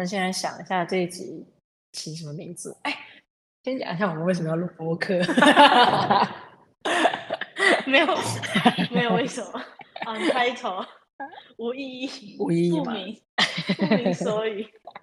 现在想一下这一集起什么名字。哎，先讲一下我们为什么要录播客。 没有没有为什么？Untitled 无意义， 无意义嘛， 不明所以。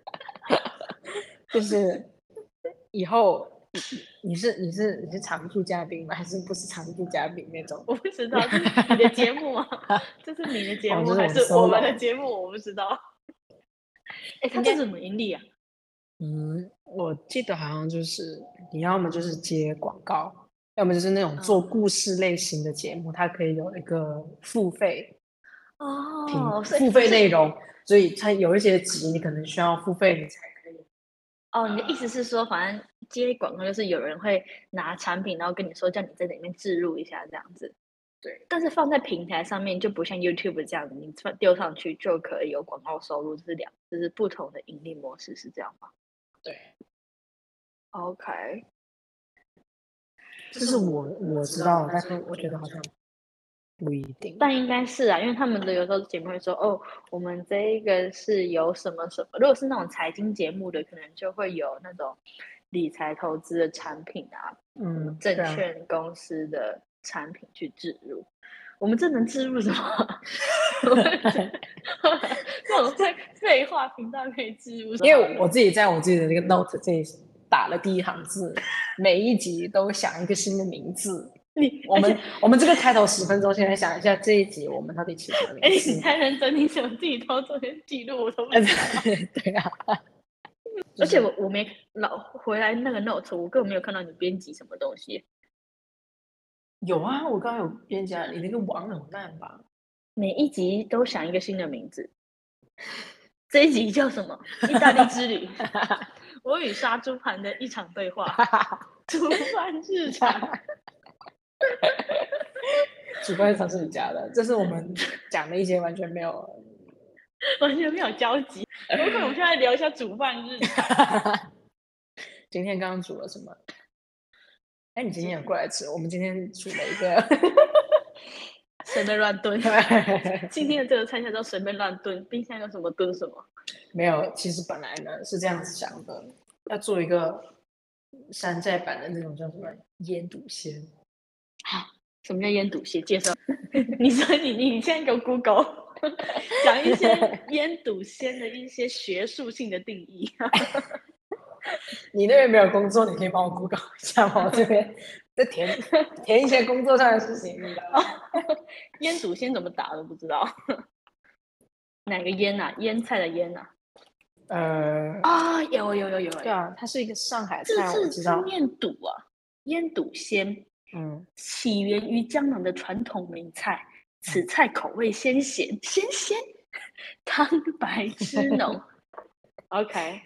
就是以后你是常驻嘉宾吗？还是不是常驻嘉宾那种？ 我不知道，这是你的节目吗？这是你的节目、 这是我的还是我们的 solo 节目？我不知道。哎，他应该这怎么盈利啊？ 我记得好像就是你要么就是接广告，要么就是那种做故事类型的节目，它可以有一个付费哦， 付费内容，所以它有一些集你可能需要付费你才可以。 哦，你的意思是说，反正接广告就是有人会拿产品，然后跟你说，叫你在里面置入一下这样子。 对， 但是放在平台上面就不像 YouTube 这样子，你丢上去就可以有广告收入，这是不同的盈利模式，是这样吗？ 对， OK， 这是我知道的，但是我觉得好像不一定。 但应该是啊，因为他们的有时候节目会说，哦，我们这一个是有什么什么，如果是那种财经节目的，可能就会有那种理财投资的产品啊，证券公司的产品去置入。我们这能置入什么？这种废话频道可以置入什么？ 因为我自己在我自己的那个 note 这里打了第一行字，每一集都想一个新的名字。我们这个开头10分钟，先来想一下这一集我们到底起什么名字。 你太认真，你怎么自己偷做些记录我都不知道。 对啊， 而且我没回来那个 note， 我根本没有看到你编辑什么东西。 有啊，我刚刚有编辑啊，你那个网很烂吧？ 每一集都想一个新的名字。这一集叫什么？意大利之旅。我与杀猪盘的一场对话。煮饭日常。 煮饭日常是你家的，这是我们讲的一些完全没有交集。有可能我们现在聊一下煮饭日常。 今天刚刚煮了什么？哎，你今天有过来吃？我们今天煮了一个随便乱炖。今天的这个餐叫做随便乱炖，冰箱有什么炖什么。 没有，其实本来呢是这样子想的，要做一个山寨版的那种叫什么腌笃鲜。 什么叫腌笃鲜？介绍。你说你现在给我 Google 讲一些腌笃鲜的一些学术性的定义。 你那边没有工作，你可以帮我 Google 一下吗？我这边在填一些工作上的事情，你知道吗？ 腌笃鲜怎么打都不知道。哪个腌啊？腌菜的腌啊？有。 对啊，它是一个上海菜，我知道。 念笃啊，腌笃鲜。起源于江南的传统名菜，此菜口味鲜咸，汤白汁浓。OK，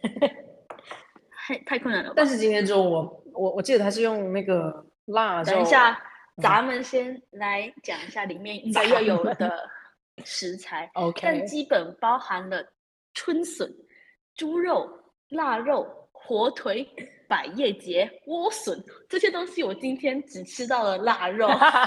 太困难了吧？ 但是今天中午我记得它是用那个辣椒。 等一下，咱们先来讲一下里面应该要有的食材。 OK， 但基本包含了春笋、猪肉、腊肉、火腿、百叶结、莴笋这些东西。我今天只吃到了腊肉。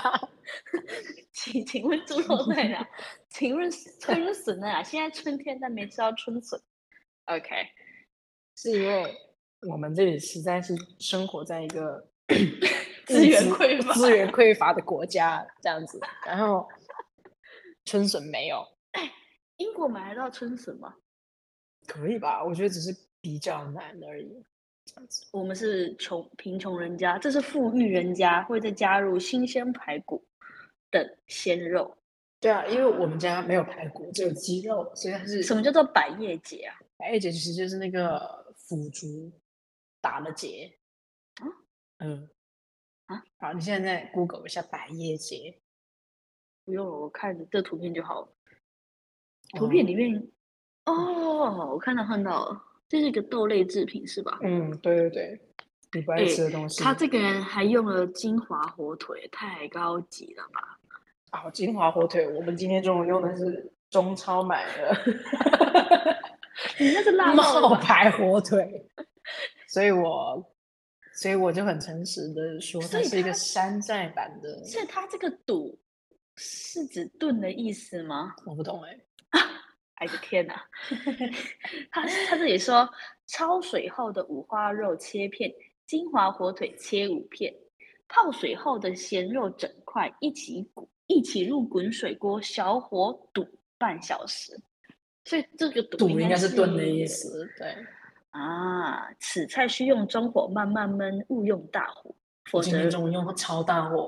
请问猪肉在哪？请问春笋在哪？现在春天但没吃到春笋。OK， 是因为我们这里实在是生活在一个资源匮乏的国家这样子，然后春笋没有。 英国买得到春笋吗？ 可以吧？我觉得只是比较难而已。 我们是贫穷人家，这是富裕人家会再加入新鲜排骨的鲜肉。 对啊，因为我们家没有排骨，只有鸡肉，所以它是。 什么叫做百叶结啊？ 百叶结其实就是那个腐竹打了结。好，你现在 Google 一下百叶结。 不用了，我看这图片就好了。图片里面，我看到了，这是一个豆类制品是吧？ 对，你不爱吃的东西。 他这个人还用了金华火腿，太高级了吧？ 金华火腿，我们今天中午用的是中超买的。 你那是冒牌火腿。所以我就很诚实的说，它是一个山寨版的。 所以它这个笃是指炖的意思吗？ 我不懂哎的天哪！他这里说，焯水后的五花肉切片，金华火腿切5片，泡水后的咸肉整块一起入滚水锅，小火煮半小时。所以这个煮应该应该是炖的意思，对。 啊。此菜需用中火慢慢焖，勿用大火， 我今天中午用超大火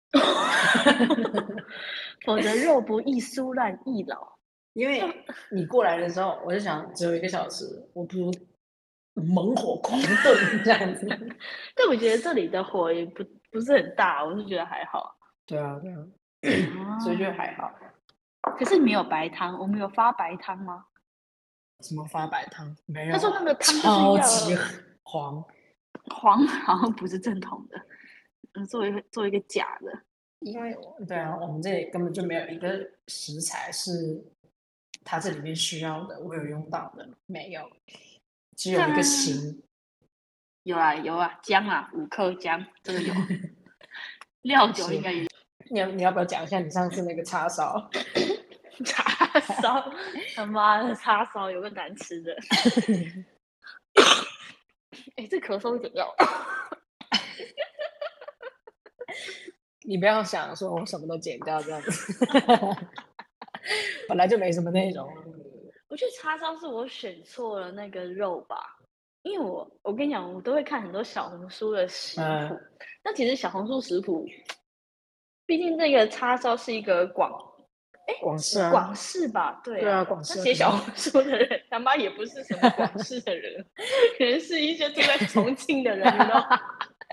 否则肉不易酥烂易老。 因为你过来的时候，我就想只有1个小时，我不如猛火狂炖这样子。 但我觉得这里的火也不是很大，我是觉得还好。 对啊，对啊，所以就还好。 可是没有白汤，我们有发白汤吗？ 什么发白汤？没有。 他说那个汤超级就是黄， 黄，好像不是正统的，做一个假的。 因为对啊，我们这里根本就没有一个食材是它这里面需要的，我有用到的没有，只有一个心。 有啊，姜啊，5颗姜，这个有。料酒应该也。 你要不要讲一下你上次那个叉烧？ 叉烧，他妈的叉烧有个难吃的。哎，这咳嗽是怎样？ 你不要想说我什么都剪掉这样子，本来就没什么内容。 我觉得叉烧是我选错了那个肉吧，因为我跟你讲，我都会看很多小红书的食谱。那其实小红书食谱，毕竟这个叉烧是一个广式啊，广式吧？对啊， 广式。 那写小红书的人他妈也不是什么广式的人，可能是一些住在重庆的人，你知道吗？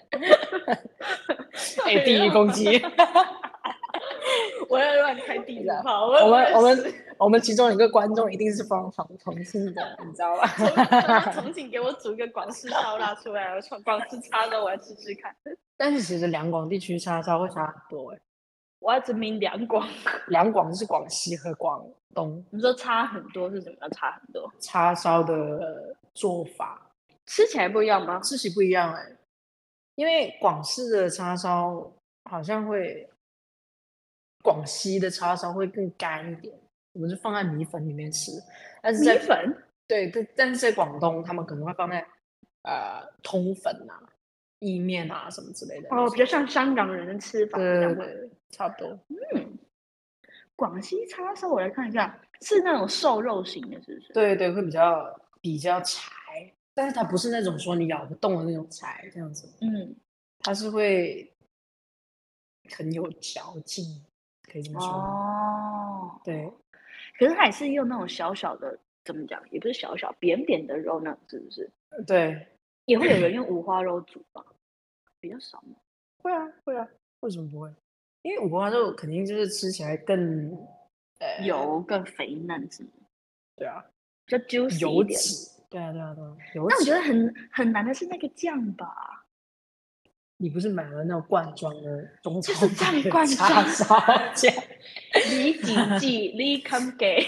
地域攻击。 我要乱开地图炮。 我们其中一个观众一定是from重庆的，你知道吧？重庆给我煮一个广式烧腊出来，广式叉烧我要吃吃看。 但是其实两广地区叉烧会差很多我要证明两广。 两广是广西和广东。 你说差很多是怎么样？差很多？ 叉烧的做法吃起来不一样吗？ 吃起不一样因为广式的叉烧好像会，广西的叉烧会更干一点，我们是放在米粉里面吃，但是在米粉对，但是在广东他们可能会放在通粉啊、意面啊什么之类的。 哦，比较像香港人的吃法， 对，差不多。 广西叉烧我来看一下，是那种瘦肉型的，是不是？ 对，会比较柴，但是它不是那种说你咬不动的那种柴，这样子。它是会很有嚼劲，可以这么说。 哦， 对。 可是它也是用那种小小的，怎么讲？也不是小小，扁扁的肉呢，是不是？ 对。 也会有人用五花肉煮吧？比较少吗？ 会啊，为什么不会？因为五花肉肯定就是吃起来更油更肥嫩，是吗？ 对啊， 比较 juicy 油一点。 脂，对啊。 那我觉得很难的是那个酱吧？ 你不是买了那种罐装的中就是酱罐叉烧酱？ 你谨记，你敢给？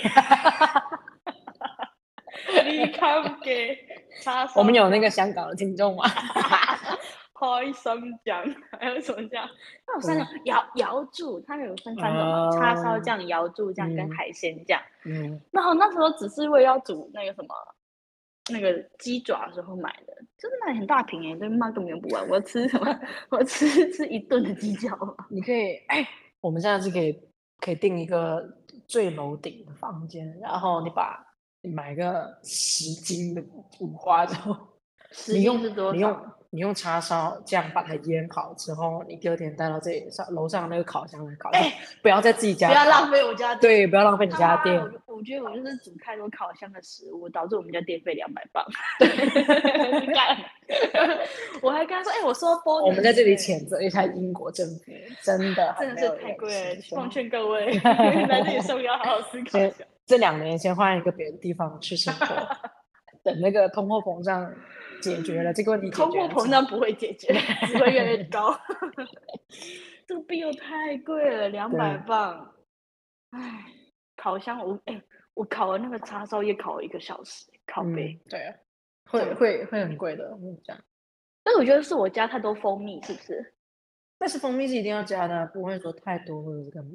你敢给叉烧？ 我们有那个香港的听众吗？ 开心酱还有什么酱？那有3种瑶柱，它有分3种嘛？叉烧酱、瑶柱酱跟海鲜酱。然后那时候只是为了要煮那个什么那个鸡爪的时候买的，真的买很大瓶哎，跟妈根本用不完。我吃什么？我吃1顿的鸡脚。 你可以我们现在是可以订一个最楼顶的房间，然后你买个10斤的五花肉， 你用是多少？ 你用叉烧酱把它腌好之后，你第2天带到这里楼上那个烤箱来烤，不要在自己家， 不要浪费我家， 对，不要浪费你家电。 我觉得我就是煮太多烤箱的食物，导致我们家电费200磅。对，我还跟他说，我说我们在这里谴责一下英国政府，真的是太贵了，奉劝各位来这里生要好好思考一下。 这2年先换一个别的地方去生活，等那个通货膨胀解决了这个问题， 通货膨胀不会解决，只会越来越高。这个 bill 太贵了，200磅。唉，烤箱我烤了那个叉烧也烤了1个小时，靠背。 对啊，会很贵的，这样。 但我觉得是我加太多蜂蜜，是不是？ 但是蜂蜜是一定要加的，不会说太多或者是干嘛。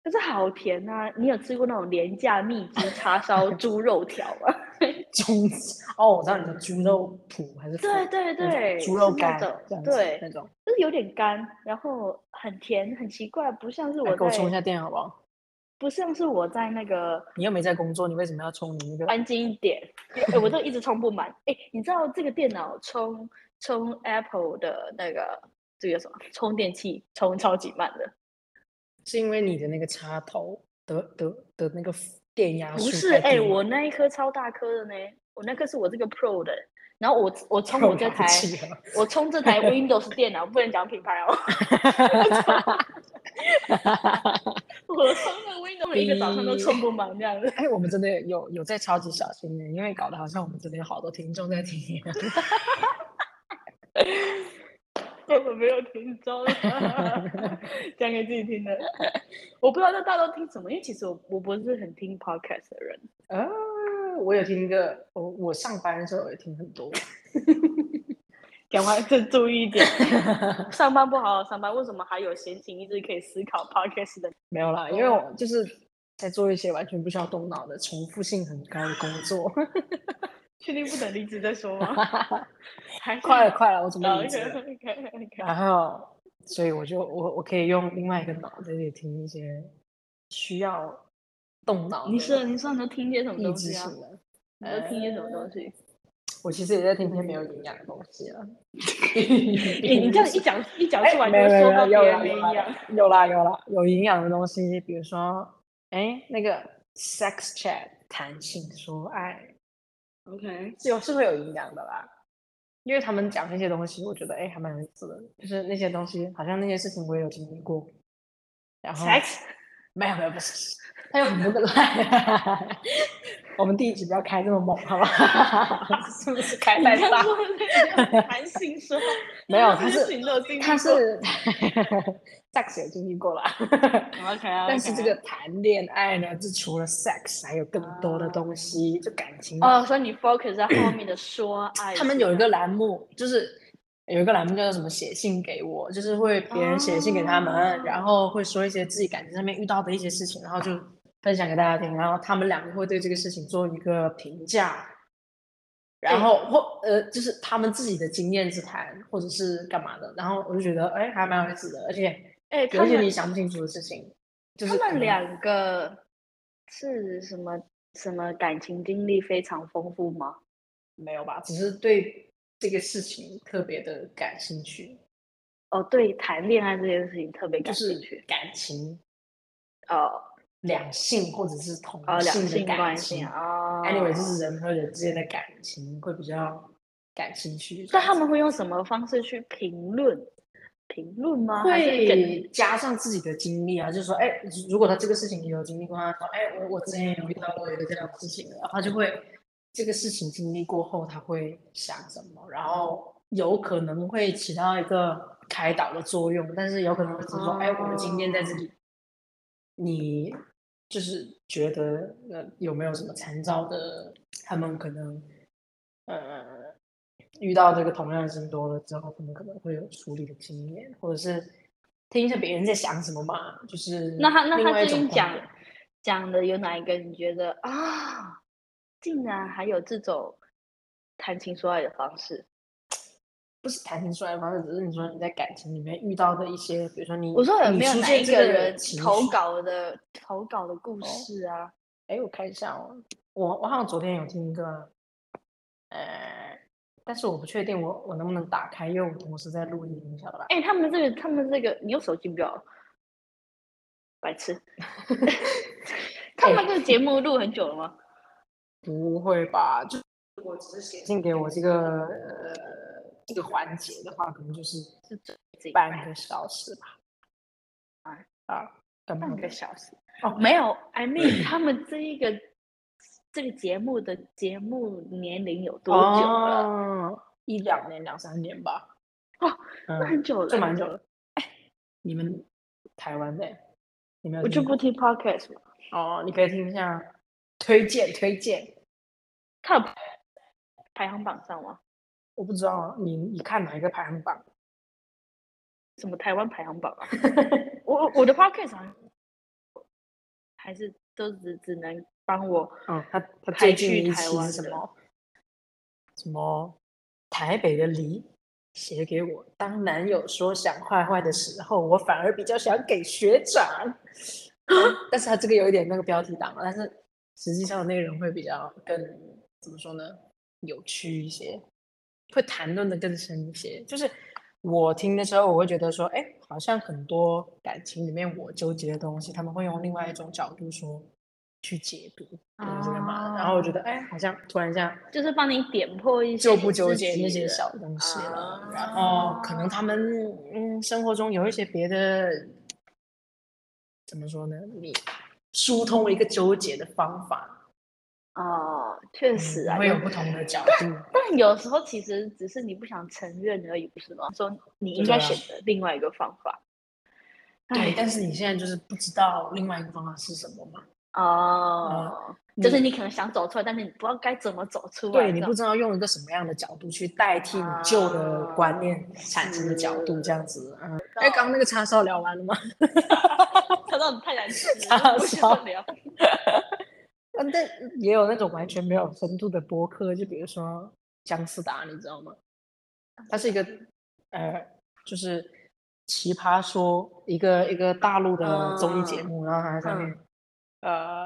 可是好甜啊！你有吃过那种廉价蜜汁叉烧猪肉条吗？ 我知道你的猪肉脯还是对对对， 猪肉干是那种， 这样子对， 那种。 就是有点干，然后很甜，很奇怪， 来给我充一下电好不好？ 不像是我在那个。 你又没在工作，你为什么要充你那个？ 安静一点，我都一直充不满。你知道这个电脑充 Apple 的那个这个什么充电器充超级慢的？ 是因为你的那个插头的那个电压数不是， 太低吗？ 我那一颗超大颗的呢，我那颗是我这个 Pro 的，然后我充我这台Windows 电脑，不能讲品牌哦。我充那 Windows 一个早上都充不满这样子。 我们真的有在超级小心的，因为搞得好像我们这边有好多听众在听。 我们没有听众，讲给自己听的。我不知道大家都听什么，因为其实我不是很听 podcast 的人。 我有听个，我上班的时候也听很多。 讲话更注意一点，上班不好好上班，为什么还有闲情逸致可以思考 podcast 的？ 没有啦，因为我就是在做一些完全不需要动脑的、重复性很高的工作。 确定不能离职再说吗？ 快了，我准备离职了。 Okay. 然后，所以我可以用另外一个脑在这里听一些需要动脑的。 你说你都听些什么东西啊？你都听些什么东西？ 我其实也在听些没有营养的东西啊。 你这样一讲出来，就会说到别人没营养。 有啦，有营养的东西，比如说，那个 sex chat 谈性说爱。 OK， 是会有营养的啦，因为他们讲那些东西，我觉得还蛮有意思的，就是那些东西，好像那些事情我也有经历过。然后 sex 没有，不是，它有很多个赖。我们第一集不要开这么猛，好不好？是不是开太大？ 谈性说没有，他是 sex 有经历过啦。 OK， 但是这个谈恋爱呢，是除了 sex 还有更多的东西，就感情。 所以你 focus 在后面的说爱。 他们有一个栏目，就是有一个栏目叫做什么写信给我，就是会别人写信给他们，然后会说一些自己感情上面遇到的一些事情，然后就分享给大家听，然后他们两个会对这个事情做一个评价，然后就是他们自己的经验之谈，或者是干嘛的，然后我就觉得还蛮有意思的，而且有一些你想不清楚的事情，就是他们两个是什么感情经历非常丰富吗？ 没有吧，只是对这个事情特别的感兴趣。 对，谈恋爱这件事情特别感兴趣， 就是感情， 两性或者是同性的感情 anyway， 就是人和人之间的感情会比较感兴趣。 那他们会用什么方式去评论吗？ 会加上自己的经历啊，就是说，如果他这个事情有经历过，他说，我之前有遇到过一个这样的事情，然后他就会这个事情经历过后，他会想什么，然后有可能会起到一个开导的作用，但是有可能会只是说，我的经验在这里，你就是觉得有没有什么参照的？他们可能遇到这个同样的事情多了之后，他们可能会有处理的经验，或者是听一下别人在想什么嘛。就是那他最近讲的有哪一个你觉得竟然还有这种谈情说爱的方式？ 不是谈情说爱的方式，只是你说你在感情里面遇到的一些，比如说我说有没有哪一个人投稿的故事啊？ 我看一下哦，我好像昨天有听一个，但是我不确定我能不能打开，因为我同时在录音，你晓得吧？ 他们这个，你用手机不要，白痴。他们这个节目录很久了吗？ 不会吧？就我只是写信给我这个环节的话，可能就是半个小时吧。 半个小时没有 I mean 他们这个节目的节目年龄有多久了 ？1-2年、2-3年吧。 那很久了， 就蛮久了。你们台湾的，你没有？ 我就不听 podcast 你可以听一下，推荐。 他有排行榜上吗？ 我不知道，你看哪一个排行榜？ 什么台湾排行榜啊？我的 podcast 好像还是都只能帮我他排最近一去台湾的？ 期是什么台北的梨写给我，当男友说想坏坏的时候，我反而比较想给学长。但是他这个有一点那个标题党，但是实际上的内容会比较更怎么说呢，有趣一些，会谈论的更深一些。就是我听的时候，我会觉得说，哎，好像很多感情里面我纠结的东西，他们会用另外一种角度说去解读，或者是干嘛的。然后我觉得，哎，好像突然一下就是帮你点破一些就不纠你自结那些己的小东西了。然后可能啊。 他们生活中有一些别的，怎么说呢？你疏通一个纠结的方法， 哦，确实啊， 会有不同的角度。 但有时候其实只是你不想承认而已，不是吗？说你应该选择另外一个方法。 对，但是你现在就是不知道另外一个方法是什么嘛？ 哦，就是你可能想走出来，但是你不知道该怎么走出来， 对，你不知道用一个什么样的角度去代替你旧的观念产生的角度，这样子。哎，刚刚那个叉烧聊完了吗？ 叉烧太难吃， 叉不需烧要聊。 但也有那种完全没有深度的播客，就比如说姜思达，你知道吗？他是一个就是奇葩说一个大陆的综艺节目，然后他在上面呃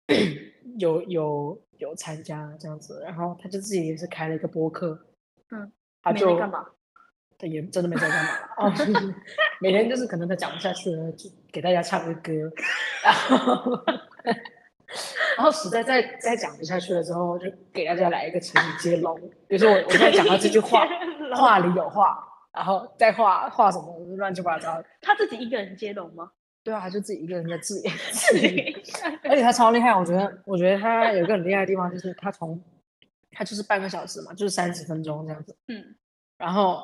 有参加这样子，然后他就自己也是开了一个播客，他就没在干嘛？ 他也真的没在干嘛哦，每天就是可能他讲不下去了，就给大家唱个歌，然后然后实在再讲不下去了之后，就给大家来一个成语接龙，比如说我现在讲到这句话，话里有话，然后再画什么乱七八糟。 他自己一个人接龙吗？ 对啊，他就自己一个人在自言自语，而且他超厉害。我觉得他有一个很厉害的地方，就是他就是半个小时嘛，就是30分钟这样子。然后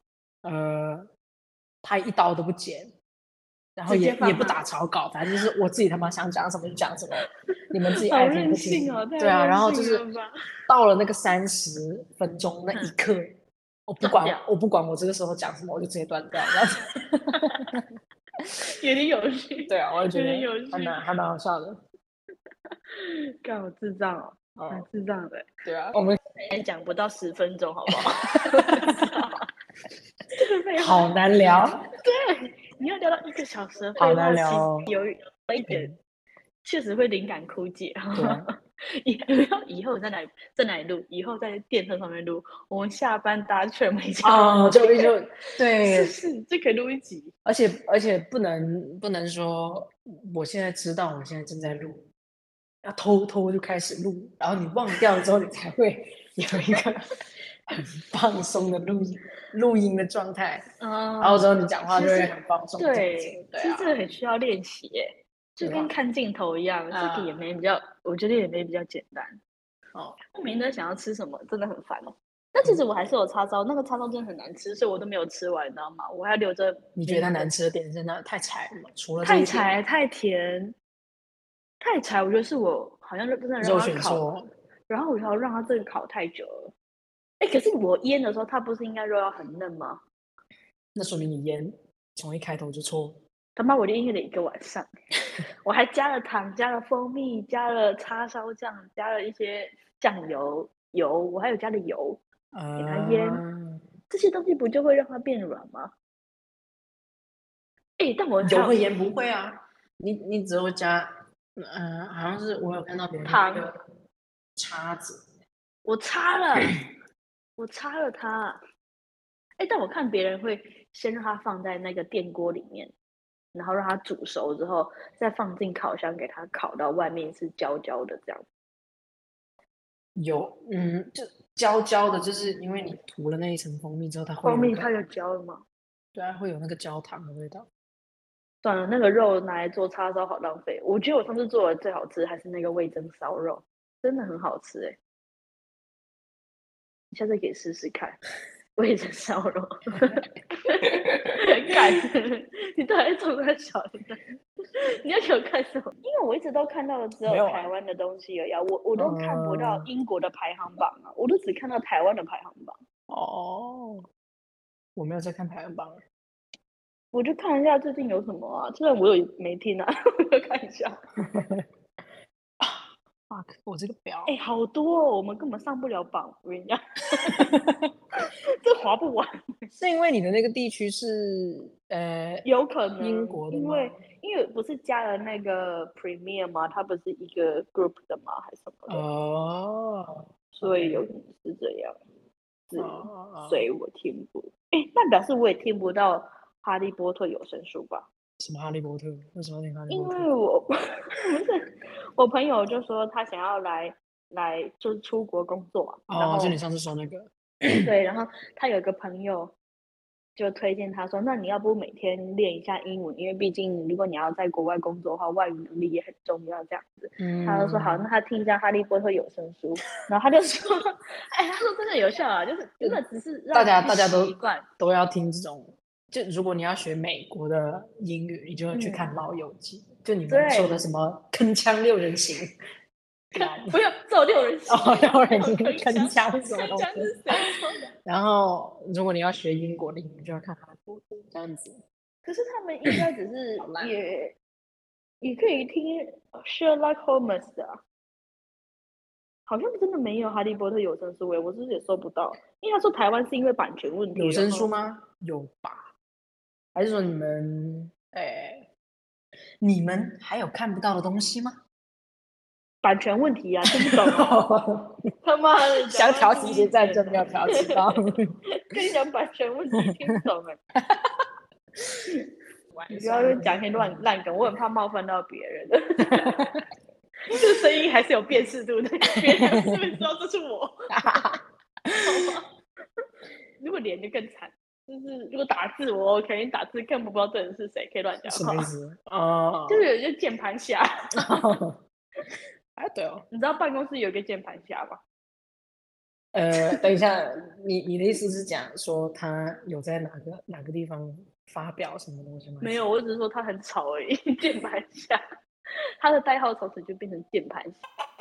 他一刀都不剪，然后也不打草稿，反正就是我自己他妈想讲什么就讲什么，你们自己爱听不听。对啊，然后就是到了那个30分钟那一刻，我不管我这个时候讲什么，我就直接断掉，这样子。 有点有趣。 对啊，我也觉得有趣， 还蛮好笑的。 干我智障哦，蛮智障的。 对啊，我们还讲不到10分钟，好不好？ 好难聊。 对，你要聊到1个小时的好废话， 难聊哦。 有一点确实会灵感枯竭。 对啊， 以后在哪里录？以后在电车上面录。我们下班搭车回家就对， 是就可以录一集。 而且不能说我现在知道我现在正在录，要偷偷就开始录，然后你忘掉了之后，你才会有一个很放松的录音的状态，然后之后你讲话就会很放松。 对， 对啊， 其实这个很需要练习耶，就跟看镜头一样，这个也没比较，我觉得也没比较简单。我每天都想要吃什么，真的很烦哦。但其实我还是有叉烧，那个叉烧真的很难吃，所以我都没有吃完，你知道吗？我还留着。 你觉得它难吃的点是那太柴了吗？除了太柴、太甜、太柴，我觉得是我好像真的让它烤，然后我要让它这个烤太久了。可是我腌的时候，它不是应该肉要很嫩吗？ 那说明你腌从一开头就错。 他妈，我就腌了1个晚上，我还加了糖、加了蜂蜜、加了叉烧酱、加了一些酱油，我还有加了油给它腌。这些东西不就会让它变软吗？但我油会腌不会啊？你只会加，好像是我有看到别人那个叉子， 我擦了它。但我看别人会先让它放在那个电锅里面，然后让它煮熟之后，再放进烤箱给它烤到外面是焦焦的这样。 有，就焦焦的，就是因为你涂了那一层蜂蜜之后，它会有蜂蜜它就焦了吗？ 对啊，会有那个焦糖的味道。 算了，那个肉拿来做叉烧好浪费。我觉得我上次做的最好吃还是那个味噌烧肉，真的很好吃你下次可以试试看味噌烧肉。干，你到底从哪小的？你要给我看什么？因为我一直都看到的只有台湾的东西而已，我都看不到英国的排行榜啊，我都只看到台湾的排行榜。 我没有在看排行榜。 我就看一下最近有什么啊，虽然我有没听啊，我就看一下。 fuck， 我这个表， 好多哦，我们根本上不了榜，我跟你讲，这划不完。 是因为你的那个地区是有可能英国的吗？ 因为不是加了那个 Premier 吗？它不是一个 group 的吗？还是什么的？ 哦， 所以有可能是这样。所以我听不，那表示我也听不到哈利波特有声书吧？ 什么哈利波特？为什么要听哈利因波特？ 为不是我朋友就说他想要来就是出国工作，然后就你上次说那个， 对，然后他有一个朋友就推荐他说，那你要不每天练一下英文，因为毕竟如果你要在国外工作的话，外语能力也很重要。这样子，他就说好，那他听一下哈利波特有声书，然后他就说，他说真的有效啊，就是真的只是让大家都要听这种。就如果你要学美国的英语，你就要去看《老友记》，就你们说的什么铿锵六人行。 不用，只有六人行。 六人行铿锵是什么东西？ 是谁说的？ 然后，如果你要学英国的英语，就要看哈利波特这样子。 可是他们应该只是也可以听 Sherlock Holmes 的、好像真的没有哈利波特有声书我是不是也搜不到？因为他说台湾是因为版权问题。 有声书吗？有吧？还是说你们还有看不到的东西吗？ 版权问题啊，听不懂、他妈的， 想挑起一些战争，没有挑起到。 跟你讲版权问题，听不懂你不要讲些烂梗，我很怕冒犯到别人。这声音还是有辨识度的，别人是不是知道这是我？如果脸就更惨，就是如果打字我 OK， 你打字根本不知道这人是谁，可以乱讲话。 什么意思？ 就是有一个键盘侠。 对哦， 你知道办公室有一个键盘侠吗？ 等一下，你的意思是讲说他有在哪个地方发表什么东西吗？ 没有，我只是说他很吵而已。键盘侠，他的代号从此就变成键盘侠。